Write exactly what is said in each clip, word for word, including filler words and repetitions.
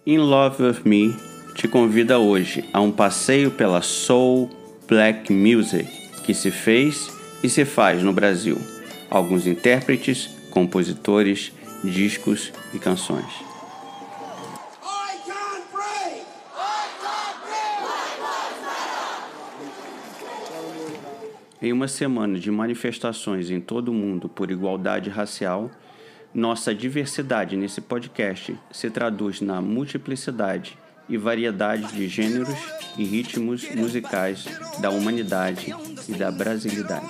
In Love With Me te convida hoje a um passeio pela Soul Black Music que se fez e se faz no Brasil. Alguns intérpretes, compositores, discos e canções. Em uma semana de manifestações em todo o mundo por igualdade racial, nossa diversidade nesse podcast se traduz na multiplicidade e variedade de gêneros e ritmos musicais da humanidade e da brasilidade.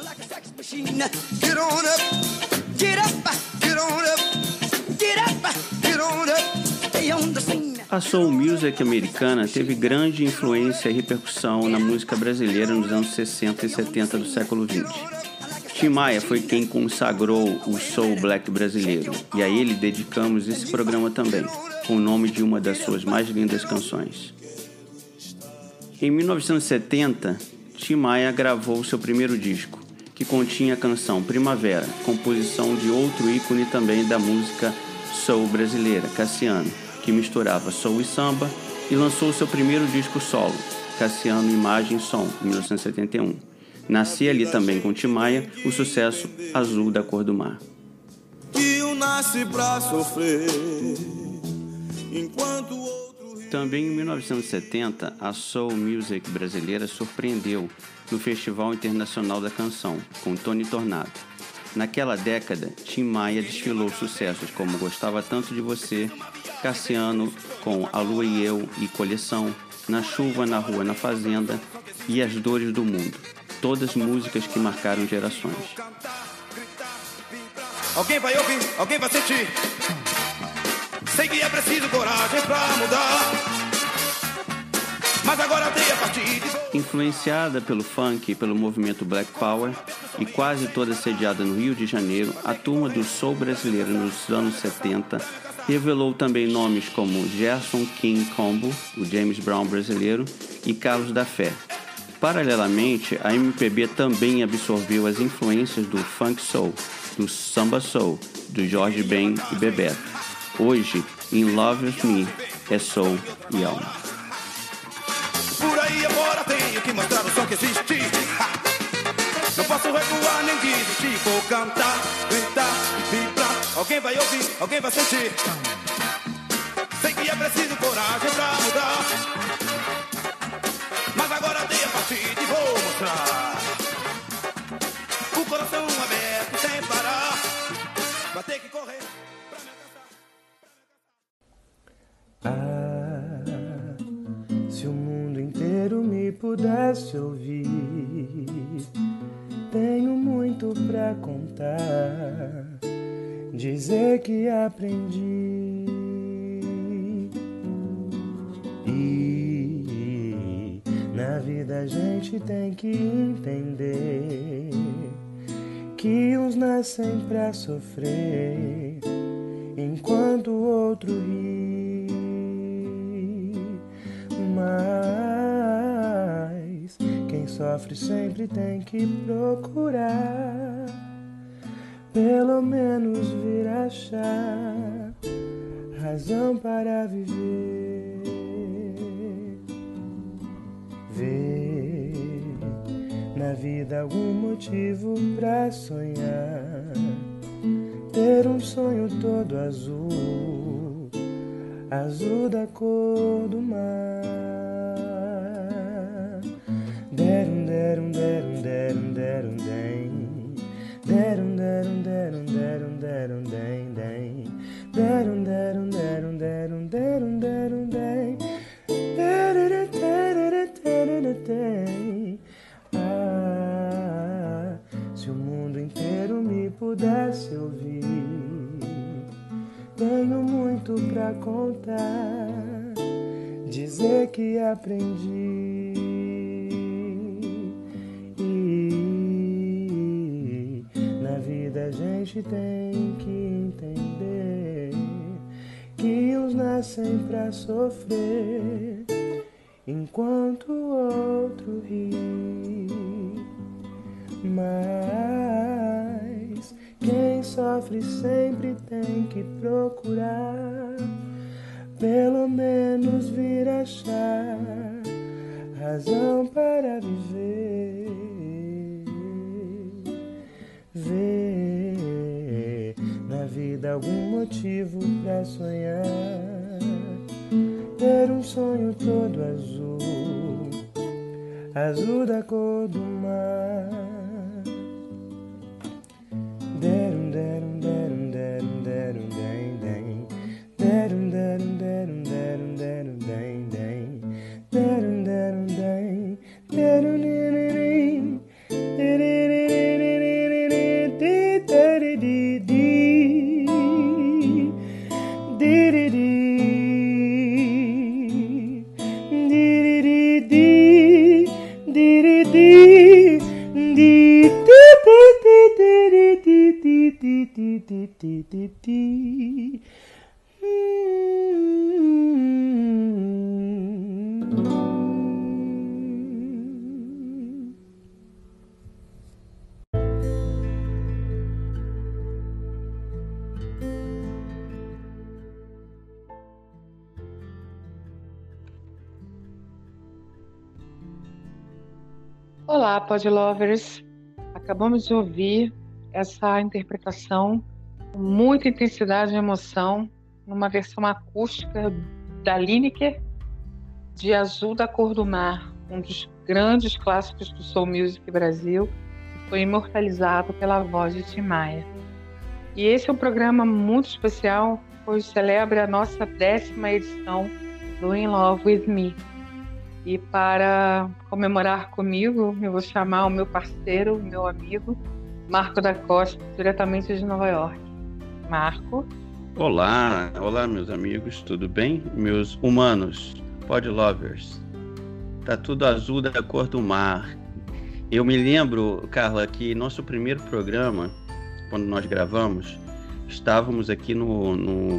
A soul music americana teve grande influência e repercussão na música brasileira nos anos sessenta e setenta do século vinte. Tim Maia foi quem consagrou o soul black brasileiro, e a ele dedicamos esse programa também, com o nome de uma das suas mais lindas canções. Em mil novecentos e setenta, Tim Maia gravou seu primeiro disco, que continha a canção Primavera, composição de outro ícone também da música soul brasileira, Cassiano, que misturava soul e samba, e lançou seu primeiro disco solo, Cassiano Imagem Som, em mil novecentos e setenta e um. Nascia ali também com Tim Maia o sucesso Azul da Cor do Mar. Nasce pra sofrer, enquanto outro... Também em mil novecentos e setenta, a soul music brasileira surpreendeu no Festival Internacional da Canção, com Tony Tornado. Naquela década, Tim Maia desfilou sucessos como Gostava Tanto de Você, Cassiano com A Lua e Eu e Coleção, Na Chuva, Na Rua, Na Fazenda e As Dores do Mundo. Todas músicas que marcaram gerações. Alguém vai ouvir, alguém vai sentir. Sei que é preciso coragem pra mudar. Mas agora dei a partir de... Influenciada pelo funk e pelo movimento Black Power e quase toda sediada no Rio de Janeiro, a turma do soul brasileiro nos anos setenta revelou também nomes como Gerson King Combo, o James Brown brasileiro, e Carlos da Fé. Paralelamente, a M P B também absorveu as influências do funk soul, do samba soul, do Jorge Ben e Bebeto. Hoje, In Love With Me é soul e alma. Por aí agora tenho que mostrar o som que existe. Não posso recuar nem desistir. Vou cantar, gritar e vibrar. Alguém vai ouvir, alguém vai sentir. Sei que é preciso coragem pra mudar. Mas agora dei a partir e vou mostrar. O coração aberto sem parar. Vai ter que correr pra me alcançar. Ah, se o mundo inteiro me pudesse ouvir, tenho muito pra contar, dizer que aprendi. E na vida a gente tem que entender que uns nascem pra sofrer, enquanto o outro ri. Mas quem sofre sempre tem que procurar, pelo menos vir achar razão para viver. Ver na vida algum motivo pra sonhar, ter um sonho todo azul, azul da cor do mar. Derum, derum, derum, derum, derum, dem. Derum, derum, derum, derum, derum, dem, dem. Derum, derum, derum, derum, derum, derum, dem. Ah, se o mundo inteiro me pudesse ouvir, tenho muito pra contar, dizer que aprendi. E na vida a gente tem que entender que uns nascem pra sofrer, enquanto o outro ri. Mas sofre sempre tem que procurar, pelo achar razão para viver, ver na vida algum motivo pra sonhar, ter um sonho todo azul, azul da cor do mar. Derum, derum, derum, derum, derum, dem, dem. Derum, derum, derum, derum, derum, dem, dem. Derum, derum, dem. Derum, derum, Olá, Podlovers! Acabamos de ouvir essa interpretação com muita intensidade e emoção numa versão acústica da Lineker de Azul da Cor do Mar, um dos grandes clássicos do Soul Music Brasil, que foi imortalizado pela voz de Tim Maia. E esse é um programa muito especial, pois celebra a nossa décima edição do In Love With Me. E para comemorar comigo, eu vou chamar o meu parceiro, meu amigo, Marco da Costa, diretamente de Nova York. Marco. Olá, olá meus amigos, tudo bem? Meus humanos, Podlovers. Tá tudo azul da cor do mar. Eu me lembro, Carla, que nosso primeiro programa, quando nós gravamos, estávamos aqui no, no,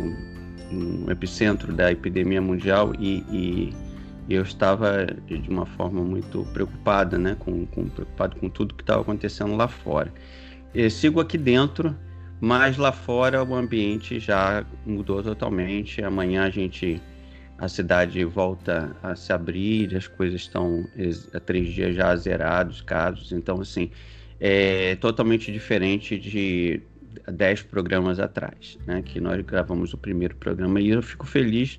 no epicentro da epidemia mundial e... e eu estava de uma forma muito preocupada, né, com, com, preocupado com tudo que estava acontecendo lá fora. Eu sigo aqui dentro, mas lá fora o ambiente já mudou totalmente. Amanhã a gente, a cidade volta a se abrir, as coisas estão há três dias já zerados casos, então assim, é totalmente diferente de dez programas atrás, né, que nós gravamos o primeiro programa, e eu fico feliz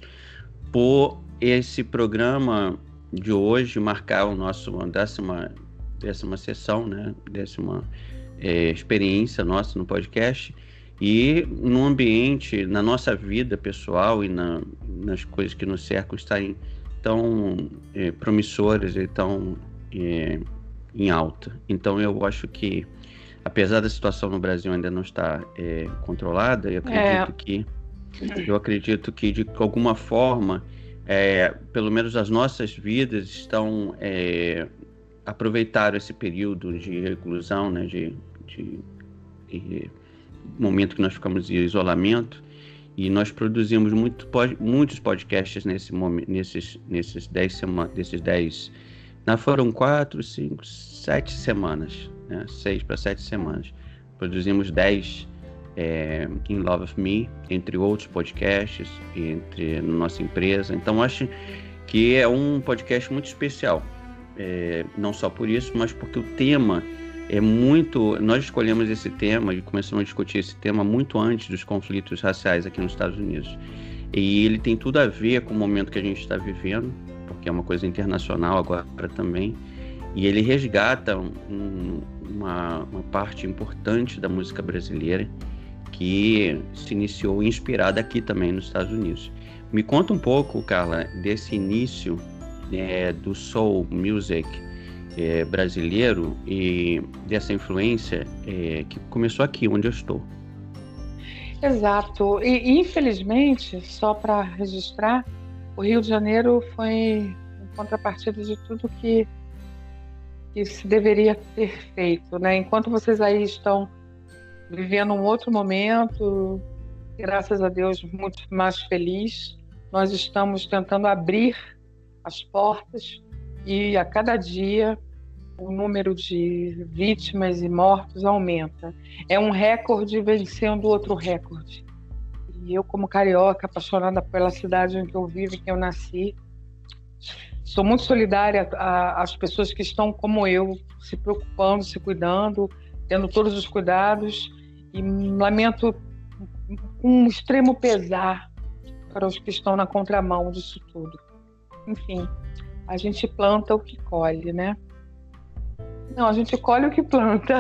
por esse programa de hoje marcar o nosso décima, décima sessão, né? Décima é, experiência nossa no podcast, e no ambiente, na nossa vida pessoal e na, nas coisas que nos cercam estarem tão é, promissoras e tão é, em alta. Então eu acho que, apesar da situação no Brasil ainda não estar é, controlada, eu acredito é. que eu acredito que de alguma forma É, pelo menos as nossas vidas estão é, aproveitaram esse período de reclusão, né, de, de, de momento que nós ficamos em isolamento, e nós produzimos muito, muitos podcasts nesse momento, nesses nesses dez semanas, desses dez, não, foram quatro, cinco, sete semanas, né, seis para sete semanas, produzimos dez É, In Love With Me, entre outros podcasts, entre na nossa empresa. Então acho que é um podcast muito especial, é, não só por isso, mas porque o tema é muito... Nós escolhemos esse tema e começamos a discutir esse tema muito antes dos conflitos raciais aqui nos Estados Unidos, e ele tem tudo a ver com o momento que a gente está vivendo, porque é uma coisa internacional agora também, e ele resgata um, uma, uma parte importante da música brasileira que se iniciou inspirada aqui também nos Estados Unidos. Me conta um pouco, Carla, desse início é, do soul music é, brasileiro e dessa influência é, que começou aqui, onde eu estou. Exato. E, infelizmente, só para registrar, o Rio de Janeiro foi em contrapartida de tudo que, que se deveria ter feito, né? Enquanto vocês aí estão vivendo um outro momento, graças a Deus, muito mais feliz. Nós estamos tentando abrir as portas e a cada dia o número de vítimas e mortos aumenta. É um recorde vencendo outro recorde. E eu, como carioca, apaixonada pela cidade em que eu vivo, em que eu nasci, sou muito solidária a- às pessoas que estão como eu, se preocupando, se cuidando, tendo todos os cuidados, e lamento com um extremo pesar para os que estão na contramão disso tudo. Enfim, a gente planta o que colhe, né? Não, a gente colhe o que planta.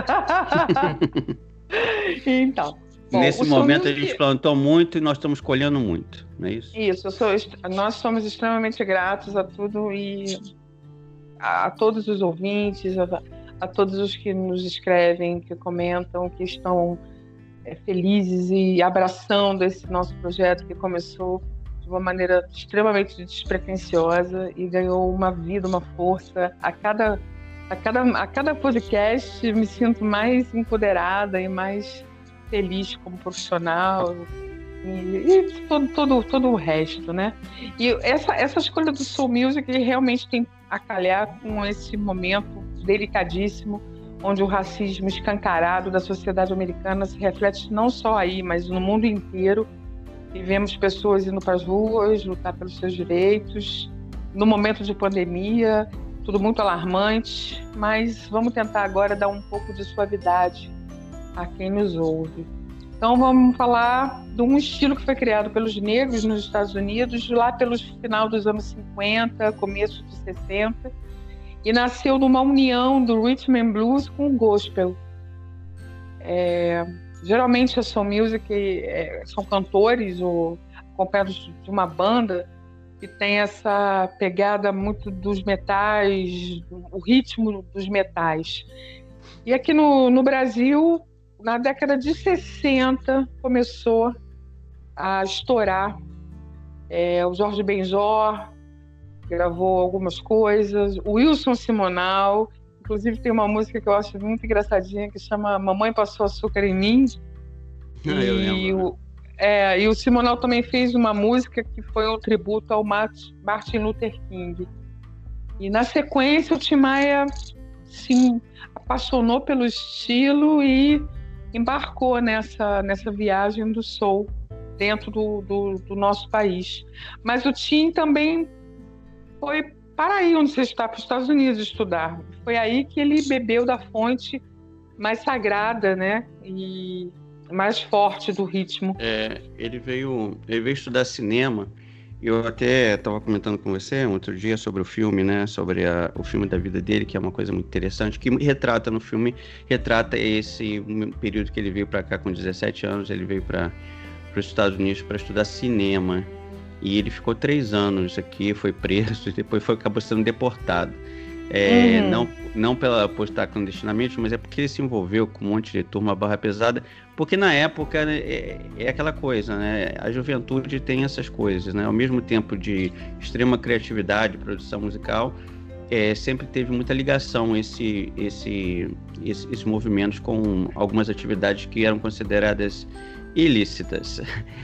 Então, bom, Nesse o momento Soul a gente Music- plantou muito e nós estamos colhendo muito, não é isso? Isso, eu sou, nós somos extremamente gratos a tudo e a, a todos os ouvintes, a, a todos os que nos escrevem, que comentam, que estão é, felizes e abraçando esse nosso projeto que começou de uma maneira extremamente despretensiosa e ganhou uma vida, uma força. A cada, a cada, a cada podcast me sinto mais empoderada e mais feliz como profissional. E, e todo, todo, todo o resto, né? E essa, essa escolha do Soul Music realmente tem a calhar com esse momento delicadíssimo, onde o racismo escancarado da sociedade americana se reflete não só aí, mas no mundo inteiro. E vemos pessoas indo para as ruas, lutar pelos seus direitos, no momento de pandemia, tudo muito alarmante, mas vamos tentar agora dar um pouco de suavidade a quem nos ouve. Então vamos falar de um estilo que foi criado pelos negros nos Estados Unidos lá pelo final dos anos cinquenta, começo dos sessenta, e nasceu numa união do rhythm and blues com o gospel. É, geralmente a soul music é, são cantores ou acompanhados de uma banda que tem essa pegada muito dos metais, o ritmo dos metais. E aqui no, no Brasil, na década de sessenta, começou a estourar. É, o Jorge Benjor gravou algumas coisas, o Wilson Simonal, inclusive tem uma música que eu acho muito engraçadinha que chama Mamãe Passou Açúcar em Mim. Ah, eu E lembro, né? o, é, e o Simonal também fez uma música que foi um tributo ao Martin Luther King. E na sequência o Tim Maia se apaixonou pelo estilo e embarcou nessa, nessa viagem do soul dentro do, do, do nosso país. Mas o Tim também foi para aí onde você está, para os Estados Unidos estudar. Foi aí que ele bebeu da fonte mais sagrada, né? E mais forte do ritmo. É, ele veio, ele veio estudar cinema. Eu até estava comentando com você um outro dia sobre o filme, né? Sobre a, o filme da vida dele, que é uma coisa muito interessante, que retrata no filme, retrata esse período que ele veio para cá com dezessete anos, ele veio para os Estados Unidos para estudar cinema. E ele ficou três anos aqui, foi preso e depois foi, acabou sendo deportado. É, Uhum. não, não pela postar clandestinamente, mas é porque ele se envolveu com um monte de turma barra pesada, porque na época né, é, é aquela coisa, né? A juventude tem essas coisas, né? Ao mesmo tempo de extrema criatividade, produção musical, é, sempre teve muita ligação esse, esse, esse, esses movimentos com algumas atividades que eram consideradas ilícitas.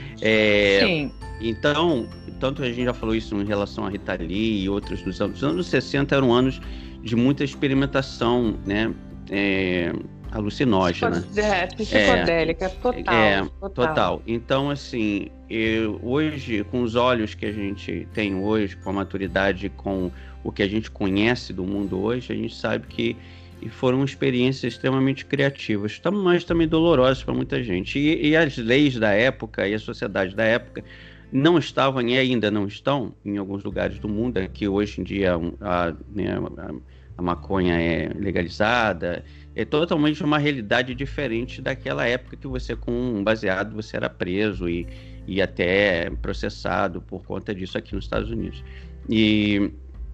É, Sim. então, tanto a gente já falou isso em relação a Rita Lee e outros dos anos, os anos sessenta eram anos de muita experimentação, né, é, alucinógena. É, psicodélica, total, É, total. total. Então, assim, eu, hoje, com os olhos que a gente tem hoje, com a maturidade, com o que a gente conhece do mundo hoje, a gente sabe que foram experiências extremamente criativas, mas também dolorosas para muita gente. E, e as leis da época e a sociedade da época não estavam e ainda não estão, em alguns lugares do mundo, que hoje em dia a, né, a, a maconha é legalizada, é totalmente uma realidade diferente daquela época que você, com um baseado, você era preso e, e até processado por conta disso aqui nos Estados Unidos. E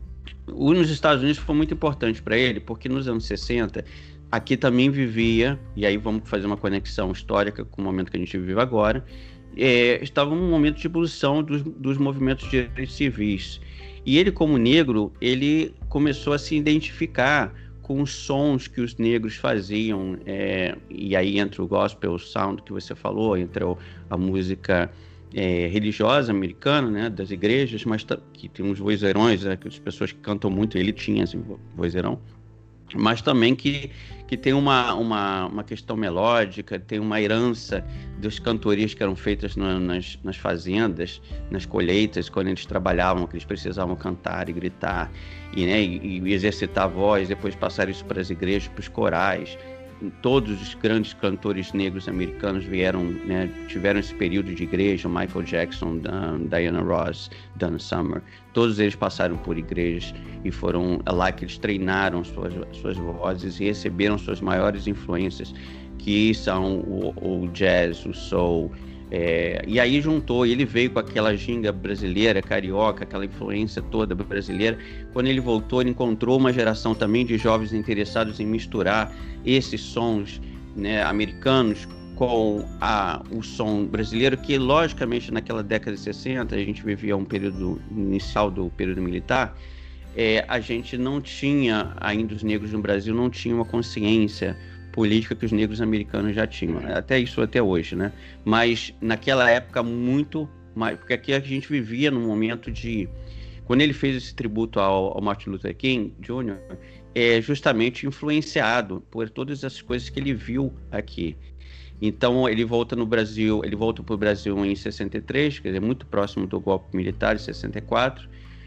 nos Estados Unidos foi muito importante para ele, porque nos anos sessenta, aqui também vivia, e aí vamos fazer uma conexão histórica com o momento que a gente vive agora, é, estava um momento de ebulição dos, dos movimentos de direitos civis. E ele, como negro, ele começou a se identificar com os sons que os negros faziam, é, e aí entra o gospel sound que você falou, entra a música É, religiosa americana, né, das igrejas, mas que tem uns vozeirões, né, que as pessoas que cantam muito, ele tinha assim, vozeirão. mas também que, que tem uma, uma, uma questão melódica, tem uma herança dos cantorias que eram feitas na, nas, nas fazendas, nas colheitas, quando eles trabalhavam, que eles precisavam cantar e gritar, e, né, e, e exercitar a voz, depois passar isso para as igrejas, para os corais. Todos os grandes cantores negros americanos vieram, né, tiveram esse período de igreja, Michael Jackson, Diana Ross, Donna Summer, todos eles passaram por igrejas e foram lá que eles treinaram suas, suas vozes e receberam suas maiores influências, que são o, o jazz, o soul, é, e aí juntou, ele veio com aquela ginga brasileira, carioca, aquela influência toda brasileira. Quando ele voltou, ele encontrou uma geração também de jovens interessados em misturar esses sons, né, americanos com a, o som brasileiro, que logicamente naquela década de sessenta, a gente vivia um período inicial do período militar, é, a gente não tinha, ainda os negros no Brasil não tinham uma consciência política que os negros americanos já tinham, até isso até hoje, né? Mas naquela época muito mais, porque aqui a gente vivia num momento de, quando ele fez esse tributo ao, ao Martin Luther King Júnior, é justamente influenciado por todas essas coisas que ele viu aqui. Então ele volta no Brasil, ele volta para o Brasil em sessenta e três, quer dizer, muito próximo do golpe militar de sessenta e quatro,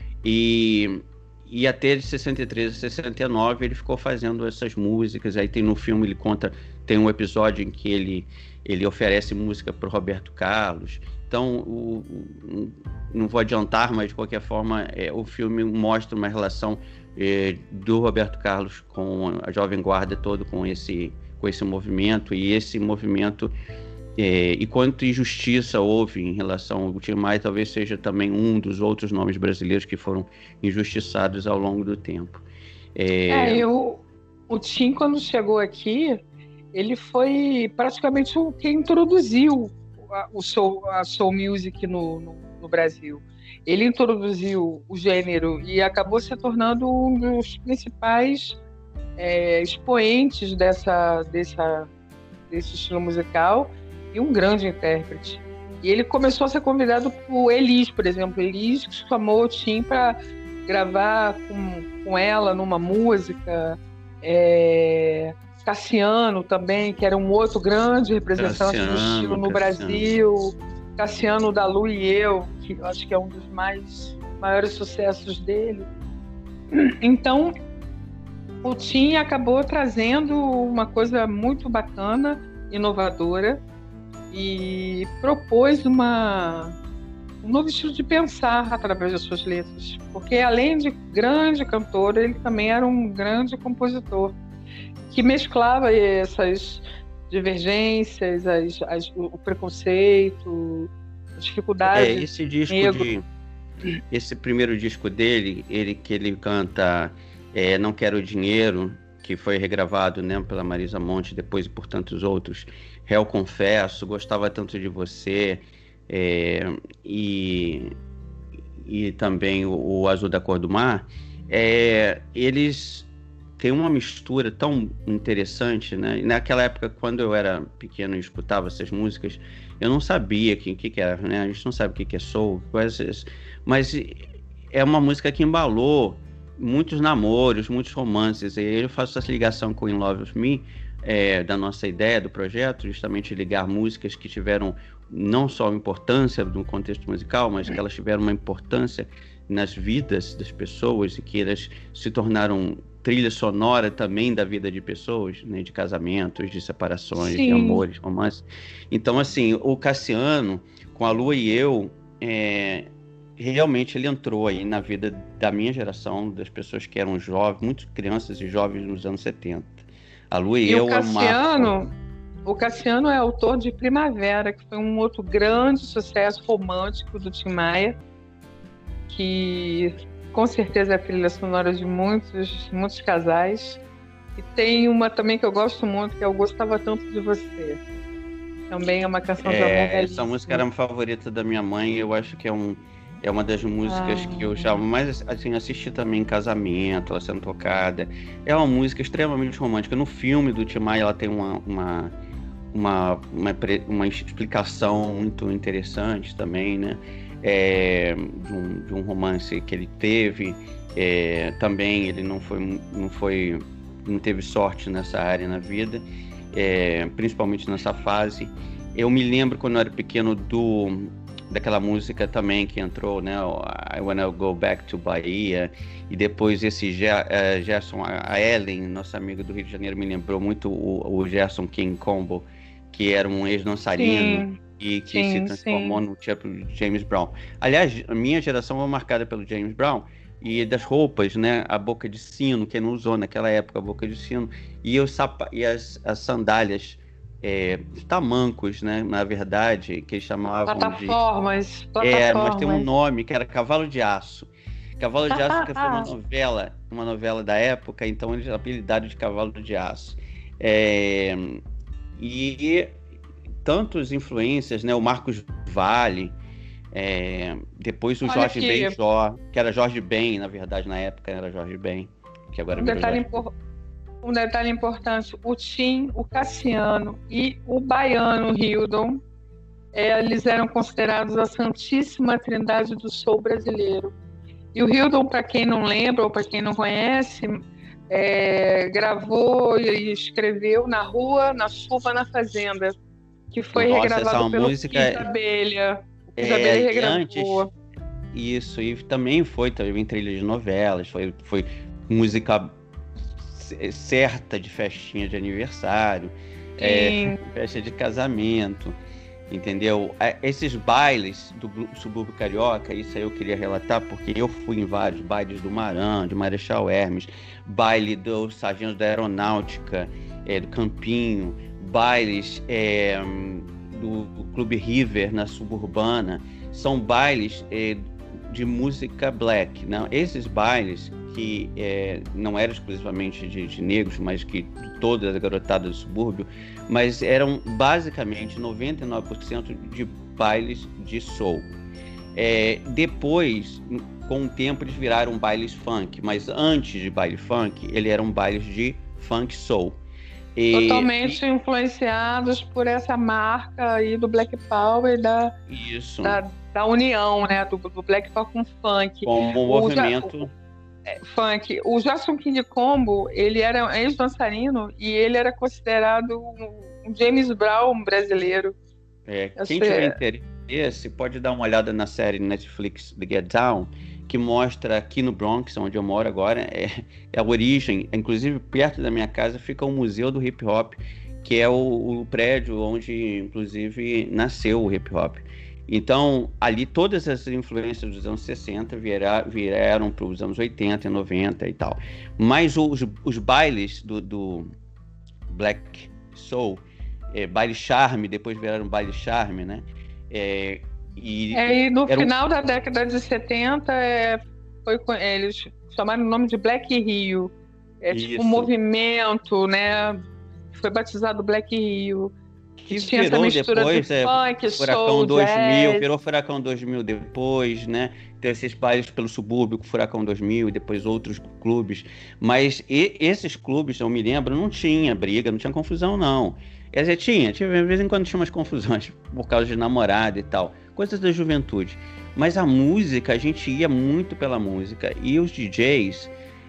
e E até de sessenta e três a sessenta e nove ele ficou fazendo essas músicas. Aí tem no filme, ele conta, tem um episódio em que ele, ele oferece música para o Roberto Carlos. Então, o, o, não vou adiantar, mas de qualquer forma, é, o filme mostra uma relação é, do Roberto Carlos com a Jovem Guarda todo, com esse, com esse movimento. E esse movimento, é, e quanto injustiça houve em relação ao Tim Maia, talvez seja também um dos outros nomes brasileiros que foram injustiçados ao longo do tempo. É, é eu, o Tim, quando chegou aqui, ele foi praticamente o que introduziu a, o soul, a soul music no, no, no Brasil. Ele introduziu o gênero e acabou se tornando um dos principais é, expoentes dessa, dessa, desse estilo musical, e um grande intérprete. E ele começou a ser convidado por Elis, por exemplo. Elis chamou o Tim para gravar com, com ela numa música. É... Cassiano também, que era um outro grande representante Cassiano, do estilo no Cassiano. Brasil. Cassiano da Lu e Eu, que eu acho que é um dos mais maiores sucessos dele. Então, o Tim acabou trazendo uma coisa muito bacana, inovadora, e propôs uma, um novo estilo de pensar através das suas letras, porque além de grande cantor, ele também era um grande compositor, que mesclava essas divergências, as, as, o preconceito, as dificuldades. É, esse disco de, esse primeiro disco dele, ele, que ele canta é, Não Quero Dinheiro, que foi regravado, né, pela Marisa Monte, depois e por tantos outros, Réu Confesso, Gostava Tanto de Você, é, e, e também o, o Azul da Cor do Mar, é, eles têm uma mistura tão interessante, né? E naquela época, quando eu era pequeno e escutava essas músicas, eu não sabia o que, que, que era, né? A gente não sabe o que, que é soul, coisas, mas é uma música que embalou muitos namoros, muitos romances. E eu faço essa ligação com In Love With Me, é, da nossa ideia do projeto, justamente ligar músicas que tiveram não só importância no contexto musical, mas que elas tiveram uma importância nas vidas das pessoas e que elas se tornaram trilha sonora também da vida de pessoas, né, de casamentos, de separações, Sim. de amores, romances. Então, assim, o Cassiano, com A Lua e Eu, é, realmente ele entrou aí na vida da minha geração, das pessoas que eram jovens, muitas crianças e jovens nos anos setenta. A Lua e, e Eu o Cassiano, é uma... O Cassiano é autor de Primavera, que foi um outro grande sucesso romântico do Tim Maia, que com certeza é a trilha sonora de muitos, muitos casais. E tem uma também que eu gosto muito, que é Eu Gostava Tanto de Você. Também é uma canção é, de amor belíssima. belíssima. Essa música era uma favorita da minha mãe, eu acho que é, um, é uma das músicas ah. que eu já mais assim, assisti também em casamento, ela sendo tocada. É uma música extremamente romântica. No filme do Tim Maia, ela tem uma, uma, uma, uma, uma explicação muito interessante também, né? É, de, um, de um romance que ele teve, é, também ele não foi, não foi não teve sorte nessa área na vida, é, principalmente nessa fase. Eu me lembro quando eu era pequeno do daquela música também que entrou, né, I Wanna Go Back to Bahia, e depois esse Gerson, a Ellen, nossa amiga do Rio de Janeiro, me lembrou muito o, o Gerson King Combo, que era um ex-dançarino e que sim, se transformou sim. no tipo James Brown. Aliás, a minha geração foi marcada pelo James Brown, e das roupas, né, a boca de sino, quem não usou naquela época a boca de sino, e, os sapa- e as, as sandálias, É, tamancos, né? Na verdade, que eles chamavam plataformas, de... plataformas. É, mas tem um nome que era Cavalo de Aço. Cavalo de Aço que foi uma novela, uma novela da época, então eles apelidaram de Cavalo de Aço. É, e tantos influências, né? O Marcos Valle, é, depois o Olha Jorge aqui. Benjor, que era Jorge Ben, na verdade, na época era Jorge Ben, que agora um virou detalhe Jorge impor... Um detalhe importante, o Tim, o Cassiano e o baiano Hildon, é, eles eram considerados a Santíssima Trindade do soul brasileiro. E o Hildon, para quem não lembra ou para quem não conhece, é, gravou e escreveu Na Rua, na Chuva, na Fazenda, que foi Nossa, regravado pelo música... Kid Abelha. O Kid É, Abelha e regravou. antes, isso, e também foi também trilha de novelas, foi, foi música certa de festinha de aniversário, é, festa de casamento, entendeu? Esses bailes do subúrbio carioca, isso aí eu queria relatar porque eu fui em vários bailes do Maran, de Marechal Hermes, baile dos sargentos da Aeronáutica, é, do Campinho, bailes é, do, do Clube River na Suburbana, são bailes é, de música black, não? Esses bailes que é, não eram exclusivamente de, de negros, mas que todas as garotadas do subúrbio, mas eram basicamente noventa e nove por cento de bailes de soul. É, depois, com o tempo, eles viraram bailes funk, mas antes de baile funk, eles eram bailes de funk soul. E, Totalmente e... influenciados por essa marca aí do Black Power e da, Isso. da, da união, né, do, do Black Power com funk. Como um movimento... É, funk. O Gerson King Combo, ele era ex-dançarino e ele era considerado um James Brown brasileiro. É, quem tiver interesse pode dar uma olhada na série Netflix The Get Down, que mostra aqui no Bronx, onde eu moro agora, é, é a origem. Inclusive, perto da minha casa fica o Museu do Hip Hop, que é o, o prédio onde, inclusive, nasceu o hip hop. Então, ali todas as influências dos anos sessenta vieram, vieram para os anos oitenta, noventa e tal. Mas os, os bailes do, do Black Soul, é, baile charme, depois viraram baile charme, né? É, e, é, e no um... final da década de setenta, é, foi, é, eles chamaram o nome de Black Rio. É tipo um movimento, né? Foi batizado Black Rio. Que tinha virou essa mistura depois, de é, funk, Furacão soul, dois mil, jazz. Virou Furacão dois mil depois, né? Tem esses bailes pelo subúrbio, com Furacão dois mil e depois outros clubes. Mas e, esses clubes, eu me lembro, não tinha briga, não tinha confusão, não. Quer dizer, tinha, tinha, de vez em quando tinha umas confusões por causa de namorada e tal, coisas da juventude. Mas a música, a gente ia muito pela música, e os D Js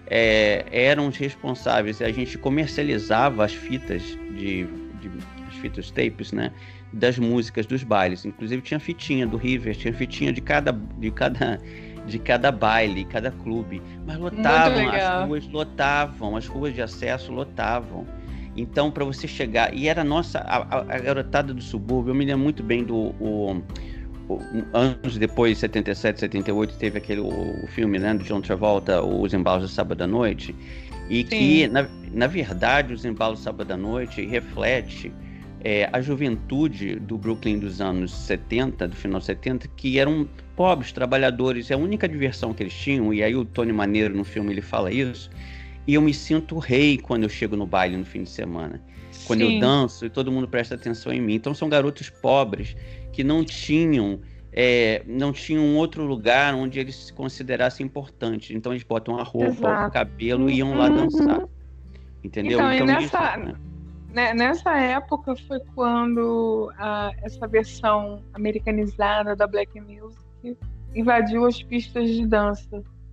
é, eram os responsáveis, a gente comercializava as fitas de, de as fitas tapes, né, das músicas dos bailes. Inclusive tinha fitinha do River, tinha fitinha de cada, de cada, de cada baile, cada clube, mas lotavam, as ruas lotavam, as ruas de acesso lotavam. Então, para você chegar... E era nossa... A, a, a garotada do subúrbio, eu me lembro muito bem do... O, o, anos depois, setenta e sete, setenta e oito, teve aquele o, o filme, né, do John Travolta, Os Embalos do Sábado à Noite. E Sim. que, na, na verdade, Os Embalos do Sábado à Noite reflete é, a juventude do Brooklyn dos anos setenta, do final setenta, que eram pobres, trabalhadores. É a única diversão que eles tinham. E aí o Tony Maneiro, no filme, ele fala isso. E eu me sinto rei quando eu chego no baile no fim de semana. Quando Sim. eu danço e todo mundo presta atenção em mim. Então são garotos pobres que não tinham, é, não tinham um outro lugar onde eles se considerassem importantes. Então eles botam a roupa, Exato. o cabelo e iam lá dançar. Entendeu? Então, então e nessa, isso, né? nessa época foi quando a, essa versão americanizada da Black Music invadiu as pistas de dança.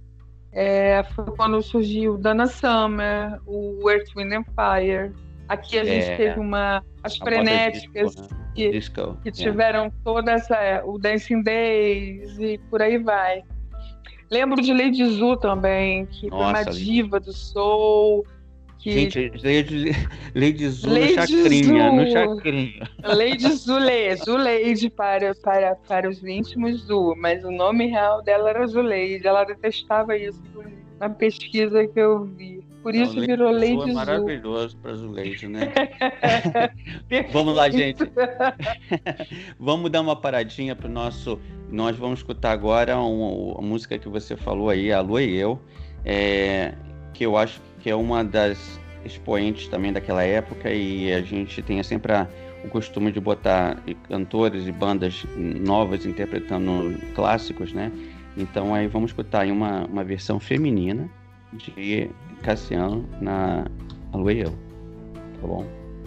É, foi quando surgiu Donna Summer, o Earth, Wind and Fire. Aqui a gente É, teve uma as a moda frenéticas disco, né? que, Disco, que é. tiveram toda essa é, o Dancing Days e por aí vai. Lembro de Lady Zu também, que foi uma Nossa, Lady- diva do soul, que Gente, Lady, Lady Zu no Lady Chacrinha, no Zu. Chacrinha. Lady Zuleide, Zuleide para, para, para os íntimos Zu, mas o nome real dela era Zuleide. Ela detestava isso na pesquisa que eu vi. Por Não, isso Lady virou Zu é Lady Zu. maravilhoso para Zuleide, né? Vamos lá, gente. Vamos dar uma paradinha pro nosso. Nós vamos escutar agora uma, a música que você falou aí, A Lua e Eu, é, que eu acho que é uma das expoentes também daquela época, e a gente tem sempre a, o costume de botar cantores e bandas novas interpretando clássicos, né? Então aí vamos escutar aí uma, uma versão feminina de Cassiano na A Lua e Eu, tá bom?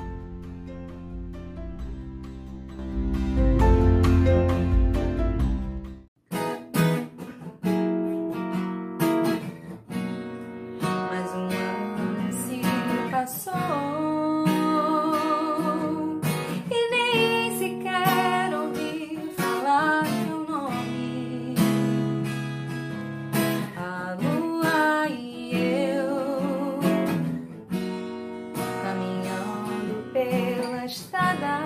Mais um ano se passou e nem sequer ouvi falar teu nome. A lua e eu caminhando pela estrada.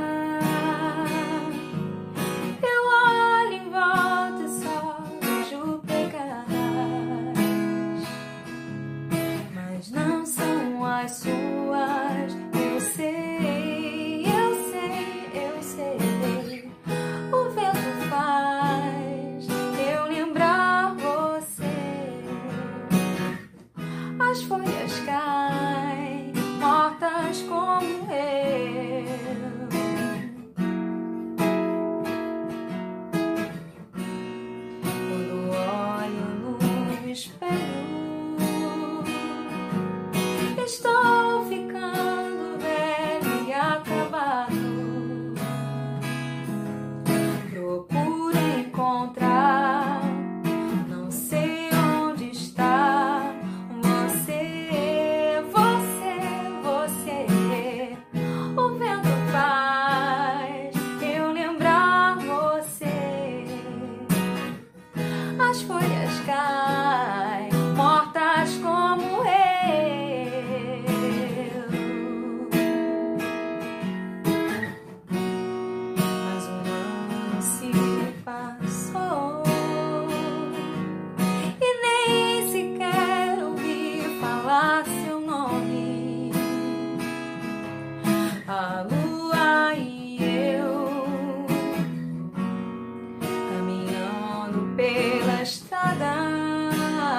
Eu olho em volta e só vejo pegadas, mas não são as suas. Eu sei, eu sei, eu sei. O vento faz eu lembrar você. As folhas caem mortas como eu. Quando olho no espelho, estou ficando velho e acabado. Procuro encontrar, não sei onde está você, você, você. O vento faz eu lembrar você. As folhas caem mortas como eu. Mas um ano se passou e nem sequer ouvi falar seu nome. A lua e eu caminhando pela estrada.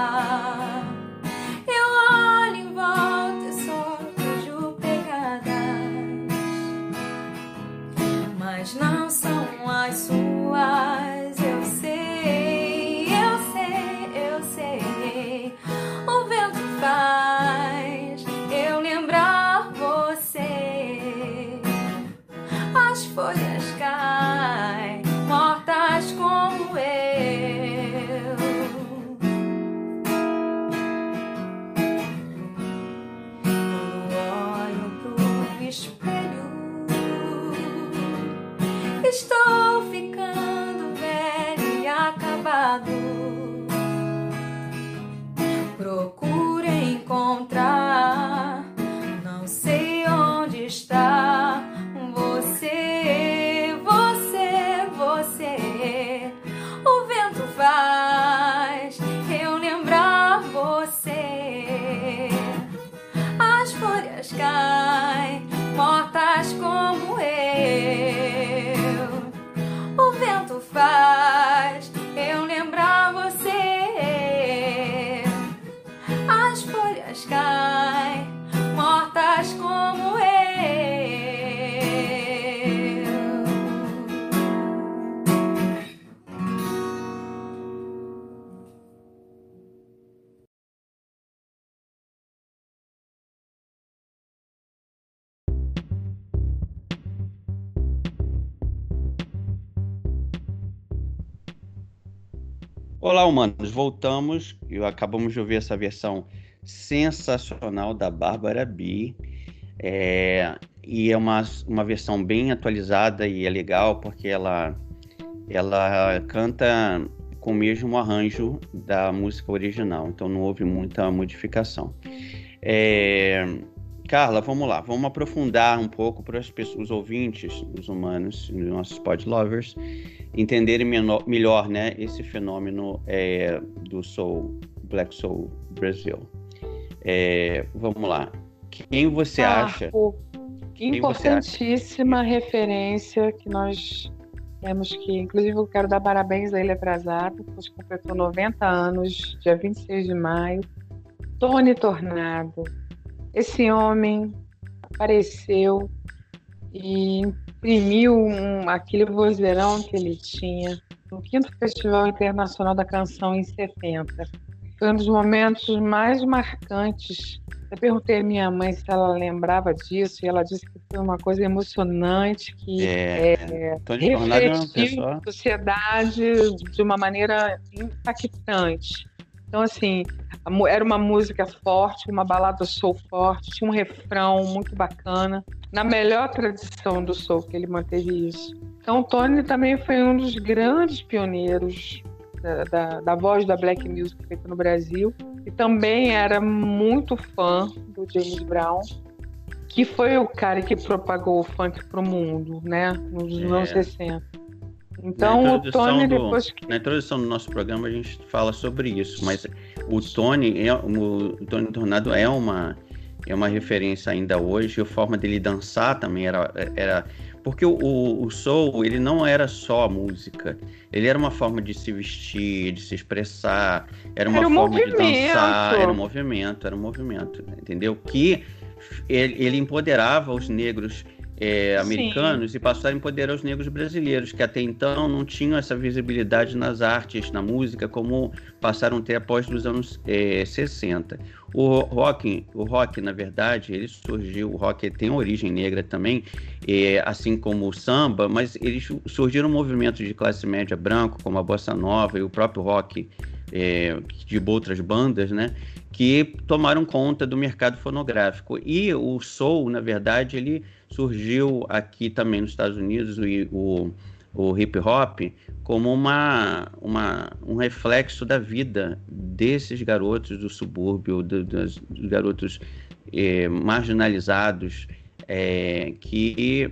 Olá, humanos, voltamos e acabamos de ouvir essa versão sensacional da Bárbara B. É, e é uma, uma versão bem atualizada e é legal porque ela, ela canta com o mesmo arranjo da música original, então não houve muita modificação. É, Carla, vamos lá, vamos aprofundar um pouco para as pessoas, os ouvintes, os humanos, os nossos pod lovers, entenderem menor, melhor, né, esse fenômeno é, do soul, Black Soul Brasil. É, vamos lá. Quem você Ah, acha? o- Quem você acha? Importantíssima referência que nós temos que, inclusive, eu quero dar parabéns a ele atrasado, pois completou noventa anos, dia vinte e seis de maio. Tony Tornado. Esse homem apareceu e imprimiu um, aquele vozeirão que ele tinha no quinto Festival Internacional da Canção em setenta. Foi um dos momentos mais marcantes. Eu perguntei à minha mãe se ela lembrava disso e ela disse que foi uma coisa emocionante, que É, Tony Tornado é uma refletiu pessoa. a sociedade de uma maneira impactante. Então, assim, a mu- era uma música forte, uma balada soul forte, tinha um refrão muito bacana, na melhor tradição do soul, que ele manteve isso. Então, o Tony também foi um dos grandes pioneiros da, da, da voz da black music feita no Brasil, e também era muito fã do James Brown, que foi o cara que propagou o funk pro mundo, né, nos É. anos sessenta. Na Então, o introdução Tony, do- depois que Na introdução do nosso programa a gente fala sobre isso, mas o Tony, é, o, o Tony Tornado é uma, é uma referência ainda hoje, a forma dele dançar também era... era porque o, o, o soul, ele não era só a música, ele era uma forma de se vestir, de se expressar, era uma Era um forma de movimento. dançar, era um movimento, era um movimento, entendeu? Que ele, ele empoderava os negros é, Sim. americanos e passou a empoderar os negros brasileiros, que até então não tinham essa visibilidade nas artes, na música, como passaram a ter após os anos é, sessenta. O rock, o rock, na verdade, ele surgiu, o rock tem origem negra também, é, assim como o samba, mas eles surgiram movimentos de classe média branco, como a bossa nova e o próprio rock é, de outras bandas, né, que tomaram conta do mercado fonográfico. E o soul, na verdade, ele surgiu aqui também nos Estados Unidos, o, o, o hip hop, como uma, uma, um reflexo da vida desses garotos do subúrbio, do, dos, dos garotos eh, marginalizados, eh, que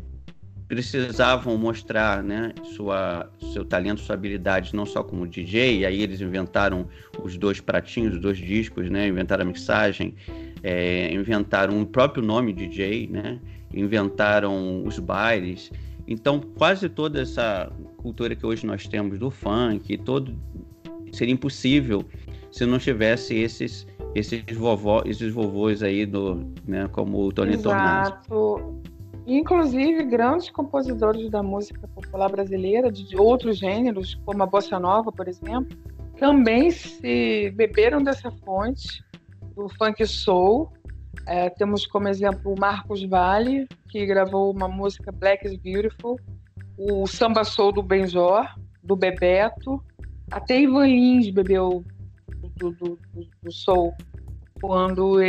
precisavam mostrar, né, sua, seu talento, sua habilidade, não só como D J, e aí eles inventaram os dois pratinhos, os dois discos, né, inventaram a mixagem, é, inventaram o próprio nome D J, né, inventaram os bailes. Então, quase toda essa cultura que hoje nós temos do funk, todo, seria impossível se não tivesse esses, esses, vovó, esses vovôs aí, do, né, como o Tony Tornado. Exato. Inclusive, grandes compositores da música popular brasileira, de, de outros gêneros, como a bossa nova, por exemplo, também se beberam dessa fonte do funk soul. É, temos como exemplo o Marcos Valle, que gravou uma música Black is Beautiful, o samba soul do Benjor, do Bebeto, até Ivan Lins bebeu do, do, do, do soul quando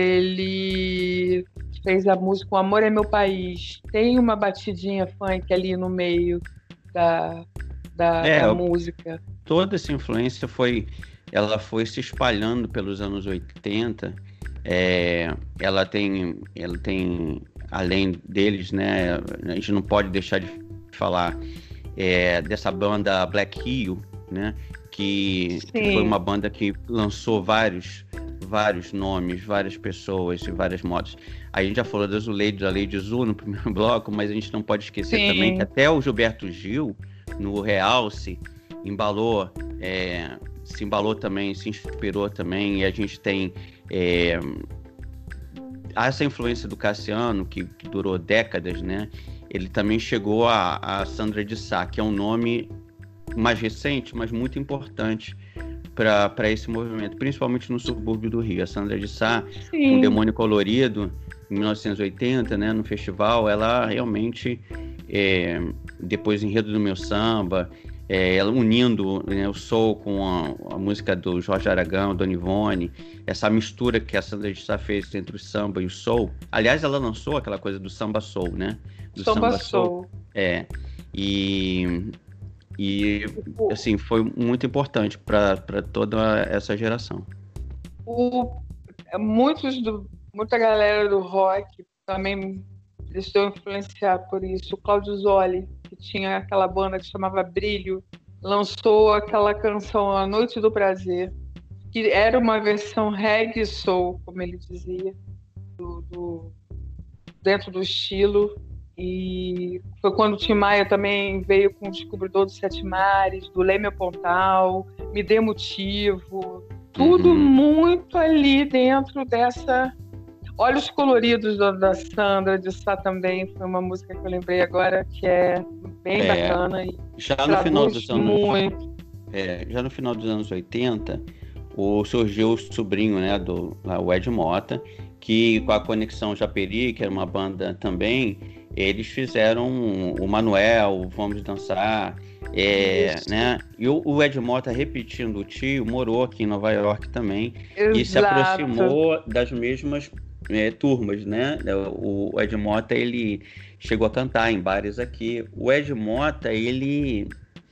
ele fez a música O Amor é Meu País. Tem uma batidinha funk ali no meio da, da, É, da eu- música. Toda essa influência foi, ela foi se espalhando pelos anos oitenta. É, ela tem, ela tem, além deles, né, a gente não pode deixar de falar é, dessa banda Black Hill, né, que, que Sim. foi uma banda que lançou vários, vários nomes, várias pessoas e várias modas. A gente já falou da Zuleide, da Lady Zu no primeiro bloco, mas a gente não pode esquecer Sim. também que até o Gilberto Gil, no Realce, embalou, é, se embalou também, se inspirou também, e a gente tem é, essa influência do Cassiano, que, que durou décadas, né? Ele também chegou a, a Sandra de Sá, que é um nome mais recente, mas muito importante para esse movimento, principalmente no subúrbio do Rio. A Sandra de Sá, Sim. com Demônio Colorido, em mil novecentos e oitenta, né, no festival, ela realmente, é, depois Enredo do Meu Samba, é, ela unindo, né, o soul com a, a música do Jorge Aragão, Dona Ivone, essa mistura que a Sandra de Sá fez entre o samba e o soul. Aliás, ela lançou aquela coisa do samba soul, né? Do Samba soul. É, e, e assim, foi muito importante para toda essa geração. O, muitos do, muita galera do rock também deixou influenciar por isso. O Cláudio Zoli, que tinha aquela banda que chamava Brilho, lançou aquela canção A Noite do Prazer, que era uma versão reggae soul, como ele dizia, do, do, dentro do estilo. E foi quando o Tim Maia também veio com o Descobridor dos Sete Mares, do Leme ao Pontal, Me Dê Motivo, tudo uhum. muito ali dentro dessa... Olhos Coloridos da, da Sandra de Sá também foi uma música que eu lembrei agora, que é bem é, bacana e já no final dos anos muito. É, já no final dos anos oitenta, o, surgiu o sobrinho, né, do lá, o Ed Mota, que com a Conexão Japeri, que era uma banda também, eles fizeram o Manuel, Vamos Dançar, é, né? E o, o Ed Mota, repetindo o tio, morou aqui em Nova York também. Exato. E se aproximou das mesmas é, turmas, né? O, o Ed Mota, ele chegou a cantar em bares aqui. O Ed Mota, ele...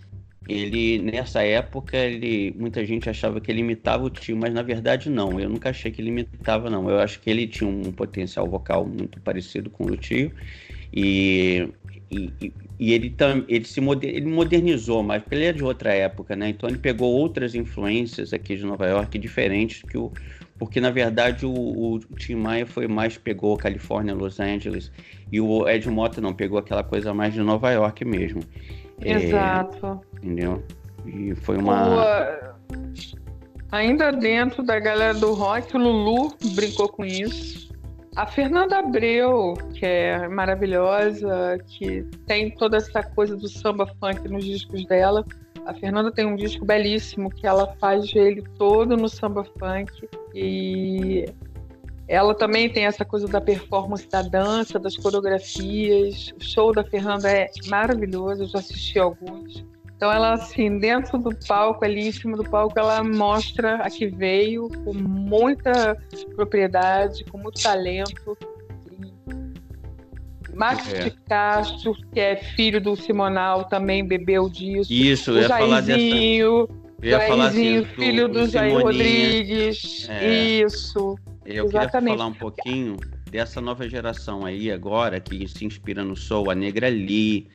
Ele, nessa época, ele, muita gente achava que ele imitava o tio, mas na verdade não, eu nunca achei que ele imitava, não. Eu acho que ele tinha um potencial vocal muito parecido com o tio, e, e, e ele, tam, ele se moder, ele modernizou mais, porque ele é de outra época, né? Então ele pegou outras influências aqui de Nova York, diferentes, que o, porque na verdade o, o Tim Maia foi mais, pegou Califórnia, Los Angeles, e o Ed Mota não, pegou aquela coisa mais de Nova York mesmo. Exato. É, entendeu? E foi uma... O, ainda dentro da galera do rock, o Lulu brincou com isso. A Fernanda Abreu, que é maravilhosa, que tem toda essa coisa do samba funk nos discos dela. A Fernanda tem um disco belíssimo que ela faz ele todo no samba funk. E ela também tem essa coisa da performance da dança, das coreografias. O show da Fernanda é maravilhoso, eu já assisti alguns. Então ela, assim, dentro do palco, ali em cima do palco, ela mostra a que veio com muita propriedade, com muito talento. E Max é. de Castro, que é filho do Simonal, também bebeu disso. Isso, eu o ia falar dessa... Jairzinho, Eu ia falar assim, filho do, do Jair Rodrigues. É. Isso. Eu Exatamente. queria falar um pouquinho dessa nova geração aí agora, que se inspira no soul, a Negra Lee,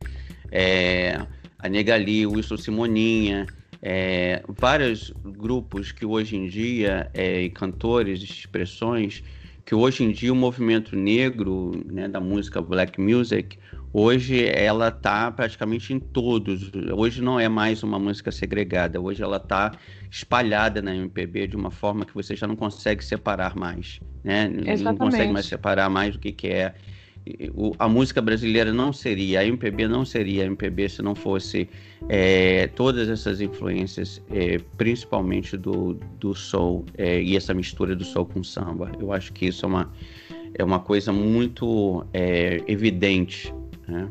é, a Negra Lee, o Wilson Simoninha, é, vários grupos que hoje em dia, é, e cantores, expressões, que hoje em dia o movimento negro, né, da música black music, hoje ela está praticamente em todos. Hoje não é mais uma música segregada, hoje ela está espalhada na M P B de uma forma que você já não consegue separar mais, né? Não consegue mais separar mais o que, que é. O, a música brasileira não seria, a M P B não seria a M P B se não fosse é, todas essas influências, é, principalmente do, do soul, é, e essa mistura do soul com samba. Eu acho que isso é uma, é uma coisa muito é, evidente, né?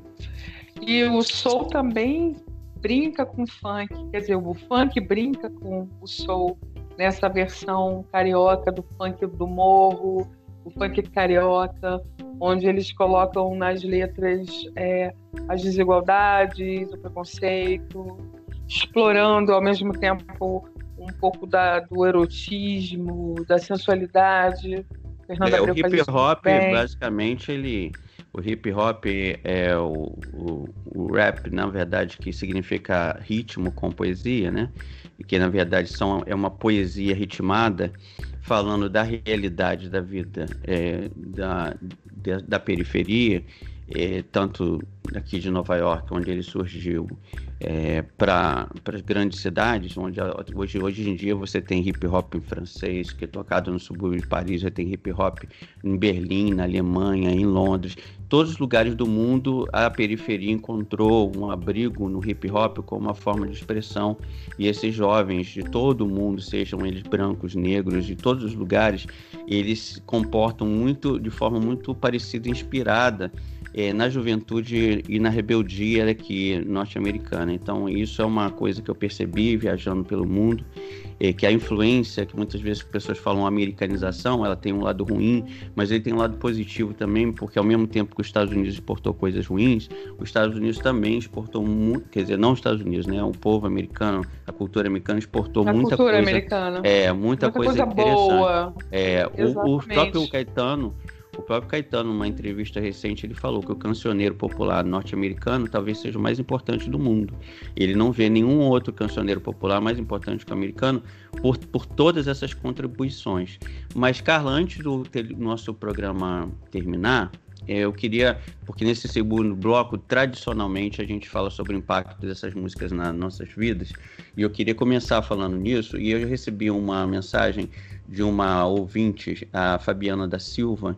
E o soul também brinca com o funk, quer dizer, o funk brinca com o soul nessa versão carioca do funk do morro, o funk carioca, onde eles colocam nas letras é, as desigualdades, o preconceito, explorando ao mesmo tempo um pouco da, do erotismo, da sensualidade. É, o hip hop, basicamente, ele... O hip hop é o, o, o rap, na verdade, que significa ritmo com poesia, né? E que, na verdade, são, é uma poesia ritmada falando da realidade da vida é, da, da, da periferia, é, tanto aqui de Nova York, onde ele surgiu, é, para as grandes cidades, onde hoje, hoje em dia você tem hip hop em francês, que é tocado no subúrbio de Paris, você tem hip hop em Berlim, na Alemanha, em Londres. Todos os lugares do mundo, a periferia encontrou um abrigo no hip hop como uma forma de expressão, e esses jovens de todo o mundo, sejam eles brancos, negros, de todos os lugares, eles se comportam muito, de forma muito parecida, inspirada é, na juventude e na rebeldia aqui norte-americana. Então isso é uma coisa que eu percebi viajando pelo mundo, é, que a influência, que muitas vezes as pessoas falam americanização, ela tem um lado ruim, mas ele tem um lado positivo também, porque ao mesmo tempo que os Estados Unidos exportou coisas ruins, os Estados Unidos também exportou muito, quer dizer, não os Estados Unidos, né, o povo americano, a cultura americana exportou a muita cultura coisa, americana. é, muita, muita coisa, coisa interessante. boa. É, o, o próprio Exatamente. Caetano, o próprio Caetano, numa entrevista recente, ele falou que o cancioneiro popular norte-americano talvez seja o mais importante do mundo. Ele não vê nenhum outro cancioneiro popular mais importante que o americano por, por todas essas contribuições. Mas, Carla, antes do ter- nosso programa terminar, eh, eu queria, porque nesse segundo bloco, tradicionalmente, a gente fala sobre o impacto dessas músicas nas nossas vidas, e eu queria começar falando nisso, e eu recebi uma mensagem de uma ouvinte, a Fabiana da Silva,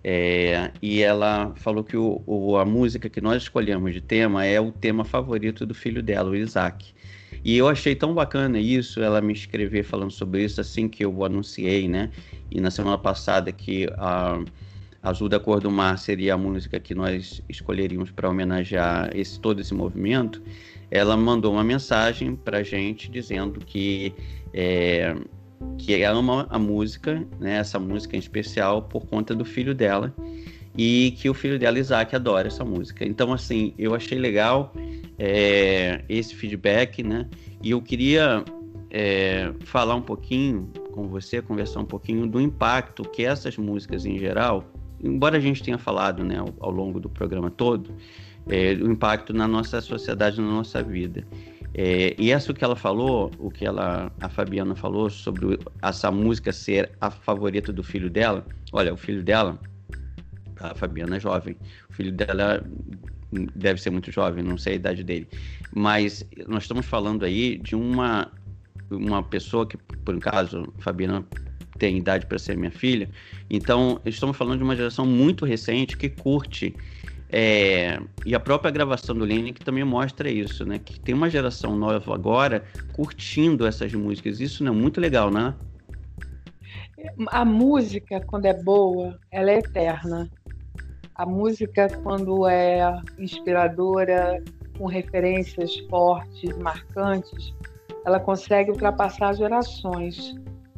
é, e ela falou que o, o, a música que nós escolhemos de tema é o tema favorito do filho dela, o Isaac. E eu achei tão bacana isso, ela me escrever falando sobre isso assim que eu anunciei, né? E na semana passada que a Azul da Cor do Mar seria a música que nós escolheríamos para homenagear esse, todo esse movimento, ela mandou uma mensagem para a gente dizendo que... É, que ama a música, né, essa música em especial, por conta do filho dela, e que o filho dela, Isaac, adora essa música. Então, assim, eu achei legal é, esse feedback, né, e eu queria é, falar um pouquinho com você, conversar um pouquinho do impacto que essas músicas em geral, embora a gente tenha falado, né, ao, ao longo do programa todo, é, o impacto na nossa sociedade, na nossa vida. É, e isso que ela falou, o que ela, a Fabiana falou sobre essa música ser a favorita do filho dela. Olha, o filho dela, a Fabiana é jovem, o filho dela deve ser muito jovem, não sei a idade dele, mas nós estamos falando aí de uma, uma pessoa que, por um caso, a Fabiana tem idade para ser minha filha, então estamos falando de uma geração muito recente que curte. É, e a própria gravação do Lenny que também mostra isso, né? Que tem uma geração nova agora curtindo essas músicas. Isso não é muito legal, né? A música, quando é boa, ela é eterna. A música, quando é inspiradora, com referências fortes, marcantes, ela consegue ultrapassar gerações,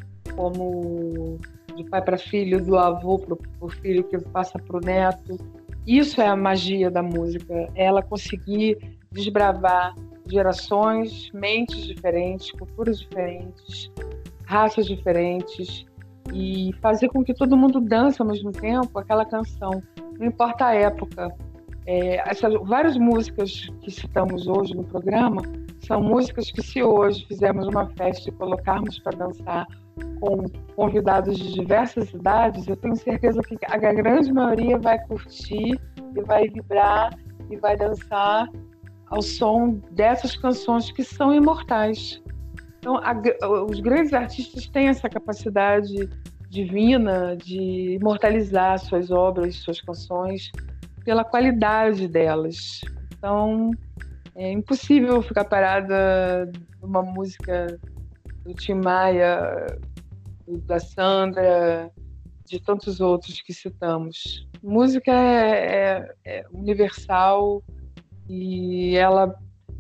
como de pai para filho, do avô para o filho que passa para o neto. Isso é a magia da música, é ela conseguir desbravar gerações, mentes diferentes, culturas diferentes, raças diferentes e fazer com que todo mundo dance ao mesmo tempo aquela canção, não importa a época. É, essas, várias músicas que citamos hoje no programa são músicas que, se hoje fizermos uma festa e colocarmos para dançar com convidados de diversas idades, eu tenho certeza que a grande maioria vai curtir e vai vibrar e vai dançar ao som dessas canções que são imortais. Então, a, os grandes artistas têm essa capacidade divina de imortalizar suas obras, suas canções, pela qualidade delas. Então, é impossível ficar parada numa música do Tim Maia, da Sandra, de tantos outros que citamos. Música é, é, é universal e ela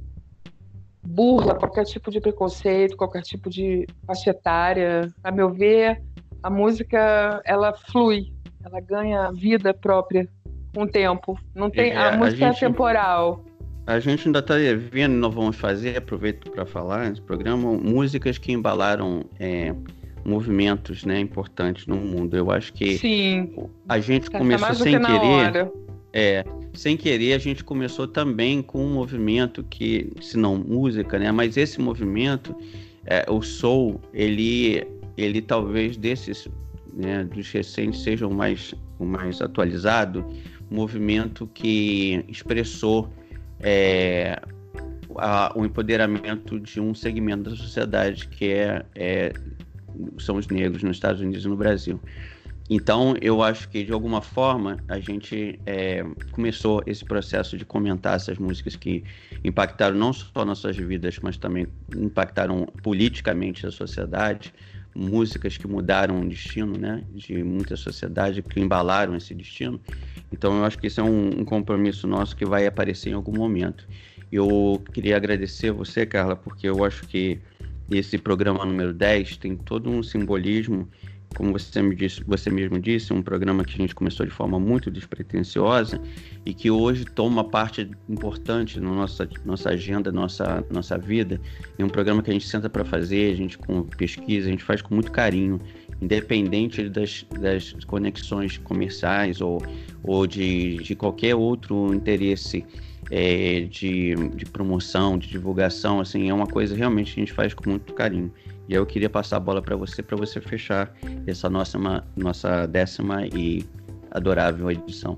burla qualquer tipo de preconceito, qualquer tipo de faixa etária. A meu ver, a música ela flui, ela ganha vida própria com o tempo. Não tem, É, a a música gente- é temporal. A gente ainda está vendo, nós vamos fazer, aproveito para falar nesse programa, músicas que embalaram é, movimentos, né, importantes no mundo. Eu acho que Sim, a gente tá começou mais do sem que na querer, hora. é, sem querer a gente começou também com um movimento que, se não música, né, mas esse movimento, é, o soul, ele, ele talvez desses, né, dos recentes seja o mais, o mais atualizado, movimento que expressou É, a, o empoderamento de um segmento da sociedade que é, é, são os negros nos Estados Unidos e no Brasil. Então, eu acho que, de alguma forma, a gente é, começou esse processo de comentar essas músicas que impactaram não só nossas vidas, mas também impactaram politicamente a sociedade, músicas que mudaram o destino, né, de muita sociedade, que embalaram esse destino. Então eu acho que isso é um, um compromisso nosso que vai aparecer em algum momento. Eu queria agradecer você, Carla, porque eu acho que esse programa número dez tem todo um simbolismo, como você, me disse, você mesmo disse, um programa que a gente começou de forma muito despretensiosa e que hoje toma parte importante na nossa, nossa agenda, nossa, nossa vida. É um programa que a gente senta para fazer, a gente com pesquisa, a gente faz com muito carinho, independente das, das conexões comerciais ou, ou de, de qualquer outro interesse é, de, de promoção, de divulgação. Assim, é uma coisa realmente que a gente faz com muito carinho. E eu queria passar a bola para você, para você fechar essa nossa, nossa décima e adorável edição.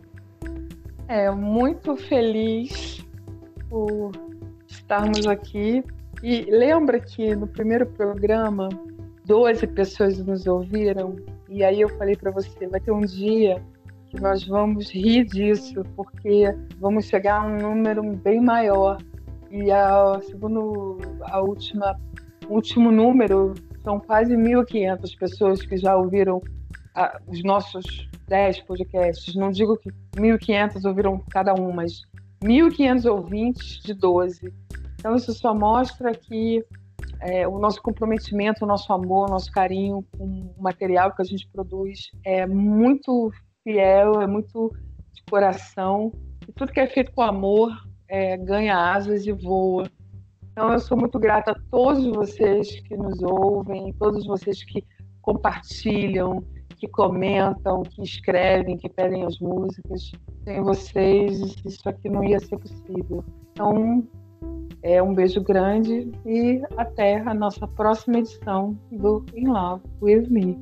É, muito feliz por estarmos aqui. E lembra que no primeiro programa, doze pessoas nos ouviram? E aí eu falei para você, vai ter um dia que nós vamos rir disso, porque vamos chegar a um número bem maior. E a, segundo a última, o último número, são quase mil e quinhentas pessoas que já ouviram a, os nossos dez podcasts. Não digo que mil e quinhentas ouviram cada um, mas mil e quinhentos ouvintes de doze. Então isso só mostra que é, o nosso comprometimento, o nosso amor, o nosso carinho com o material que a gente produz é muito fiel, é muito de coração. E tudo que é feito com amor é, ganha asas e voa. Então eu sou muito grata a todos vocês que nos ouvem, todos vocês que compartilham, que comentam, que escrevem, que pedem as músicas. Sem vocês, isso aqui não ia ser possível. Então, é um beijo grande e até a nossa próxima edição do In Love With Me.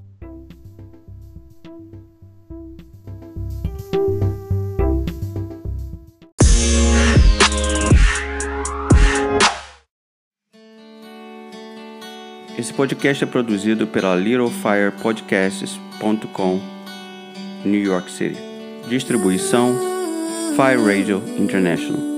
Esse podcast é produzido pela little fire podcasts ponto com, New York City. Distribuição Fire Radio International.